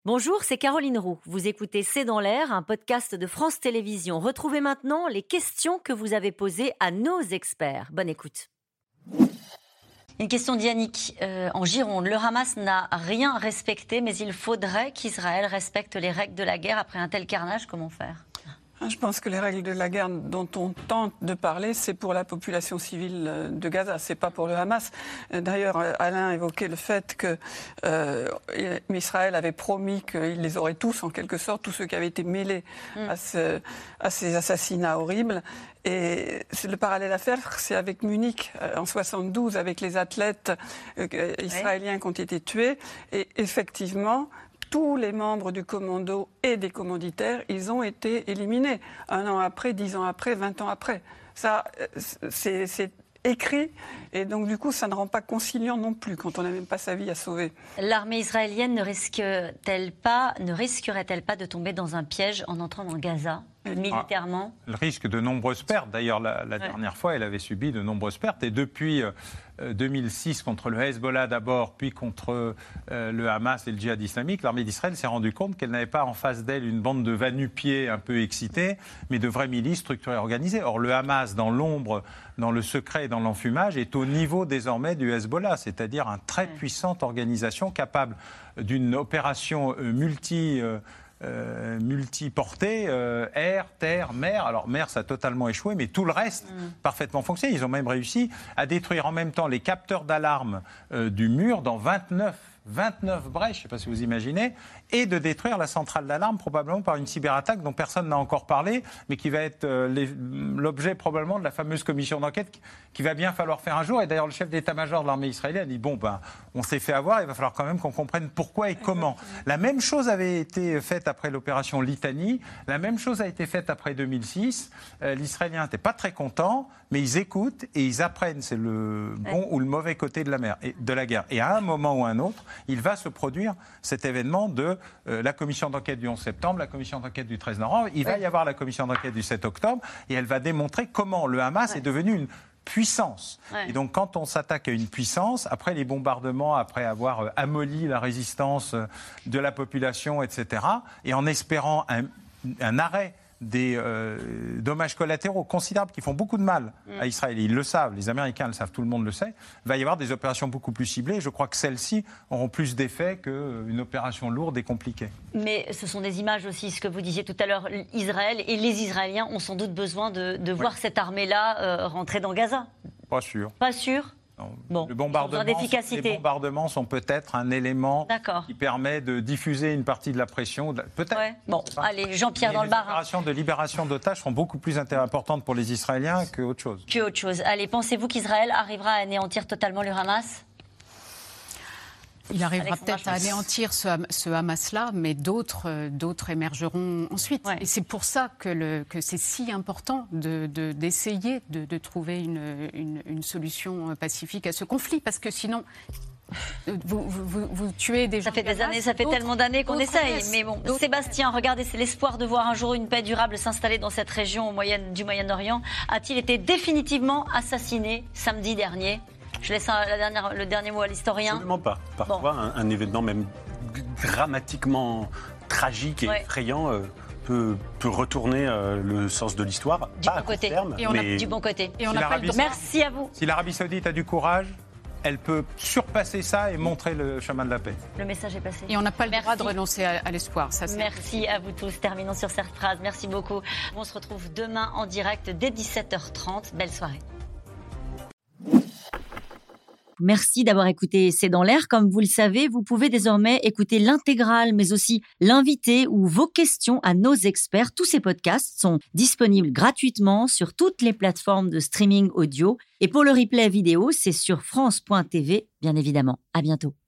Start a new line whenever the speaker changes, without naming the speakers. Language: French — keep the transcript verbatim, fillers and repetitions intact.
Bonjour, c'est Caroline Roux. Vous écoutez C'est dans l'air, un podcast de France Télévisions. Retrouvez maintenant les questions que vous avez posées à nos experts. Bonne écoute. Une question d'Yannick euh, en Gironde. Le Hamas n'a rien respecté, mais il faudrait qu'Israël respecte les règles de la guerre après un tel carnage. Comment faire ?
Je pense que les règles de la guerre dont on tente de parler, c'est pour la population civile de Gaza, c'est pas pour le Hamas. D'ailleurs, Alain évoquait le fait que euh, Israël avait promis qu'il les aurait tous, en quelque sorte, tous ceux qui avaient été mêlés mm. à, ce, à ces assassinats horribles. Et le parallèle à faire, c'est avec Munich, en soixante-douze, avec les athlètes euh, israéliens oui. qui ont été tués. Et effectivement, tous les membres du commando et des commanditaires, ils ont été éliminés. Un an après, dix ans après, vingt ans après. Ça, c'est, c'est écrit. Et donc, du coup, ça ne rend pas conciliant non plus quand on n'a même pas sa vie à sauver.
L'armée israélienne ne risque-t-elle pas, ne risquerait-elle pas de tomber dans un piège en entrant dans Gaza ? Militairement.
Ah, le risque de nombreuses pertes. D'ailleurs, la, la ouais. dernière fois, elle avait subi de nombreuses pertes. Et depuis euh, deux mille six, contre le Hezbollah d'abord, puis contre euh, le Hamas et le djihad islamique, l'armée d'Israël s'est rendue compte qu'elle n'avait pas en face d'elle une bande de va-nu-pieds un peu excités, mais de vraies milices structurées et organisées. Or, le Hamas, dans l'ombre, dans le secret et dans l'enfumage, est au niveau désormais du Hezbollah, c'est-à-dire une très ouais. puissante organisation capable d'une opération euh, multi... Euh, Euh, multiportés, euh, air, terre, mer. Alors mer, ça a totalement échoué, mais tout le reste mmh. parfaitement fonctionné. Ils ont même réussi à détruire en même temps les capteurs d'alarme euh, du mur dans vingt-neuf brèches, je ne sais pas si vous imaginez, et de détruire la centrale d'alarme probablement par une cyberattaque dont personne n'a encore parlé, mais qui va être euh, les, l'objet probablement de la fameuse commission d'enquête qui, qui va bien falloir faire un jour. Et d'ailleurs, le chef d'état-major de l'armée israélienne a dit « Bon, ben, on s'est fait avoir, il va falloir quand même qu'on comprenne pourquoi et comment ». La même chose avait été faite après l'opération Litanie, la même chose a été faite après deux mille six. Euh, L'Israélien n'était pas très content, mais ils écoutent et ils apprennent, c'est le bon ouais. ou le mauvais côté de la, mer, et, de la guerre. Et à un moment ou à un autre, il va se produire cet événement de euh, la commission d'enquête du onze septembre, la commission d'enquête du treize novembre. Il va y avoir la commission d'enquête du sept octobre et elle va démontrer comment le Hamas ouais. est devenu une puissance. Ouais. Et donc, quand on s'attaque à une puissance, après les bombardements, après avoir euh, amolli la résistance euh, de la population, et cetera, et en espérant un, un arrêt des euh, dommages collatéraux considérables qui font beaucoup de mal mmh. à Israël. Ils le savent, les Américains le savent, tout le monde le sait. Il va y avoir des opérations beaucoup plus ciblées. Je crois que celles-ci auront plus d'effet qu'une opération lourde et compliquée.
Mais ce sont des images aussi, ce que vous disiez tout à l'heure. Israël et les Israéliens ont sans doute besoin de, de voir oui. cette armée-là euh, rentrer dans Gaza.
Pas sûr.
Pas sûr ?
Bon, le bombardement, les bombardements sont peut-être un élément D'accord. qui permet de diffuser une partie de la pression. Peut-être.
Ouais. Bon, allez, Jean-Pierre dans le bar.
Les opérations de libération d'otages sont beaucoup plus importantes pour les Israéliens qu'autre chose.
Qu'autre chose. Allez, pensez-vous qu'Israël arrivera à anéantir totalement le Hamas ?
Il arrivera peut-être à anéantir ce, ce Hamas-là, mais d'autres, euh, d'autres émergeront ensuite. Ouais. Et c'est pour ça que, le, que c'est si important de, de, d'essayer de, de trouver une, une, une solution pacifique à ce conflit, parce que sinon... Vous, vous, vous, vous tuez des gens.
Ça fait des années, ça fait tellement d'années qu'on essaye. Restes, mais bon, Sébastien, regardez, c'est l'espoir de voir un jour une paix durable s'installer dans cette région au moyen, du Moyen-Orient. A-t-il été définitivement assassiné samedi dernier ? Je laisse la dernière, le dernier mot à l'historien.
Absolument pas. Parfois, bon. un, un événement même dramatiquement tragique et ouais. effrayant euh, peut, peut retourner euh, le sens de l'histoire.
Du pas bon côté. Terme, et on mais... a du bon côté.
Et on si a le...
Merci à vous.
Si l'Arabie Saoudite a du courage, elle peut surpasser ça et montrer le chemin de la paix.
Le message est passé.
Et on n'a pas le
Merci.
droit de renoncer à, à l'espoir. Ça, c'est
Merci à vous tous. Terminons sur cette phrase. Merci beaucoup. On se retrouve demain en direct dès dix-sept heures trente. Belle soirée. Merci d'avoir écouté C'est dans l'air. Comme vous le savez, vous pouvez désormais écouter l'intégrale, mais aussi l'invité ou vos questions à nos experts. Tous ces podcasts sont disponibles gratuitement sur toutes les plateformes de streaming audio. Et pour le replay vidéo, c'est sur France point T V, bien évidemment. À bientôt.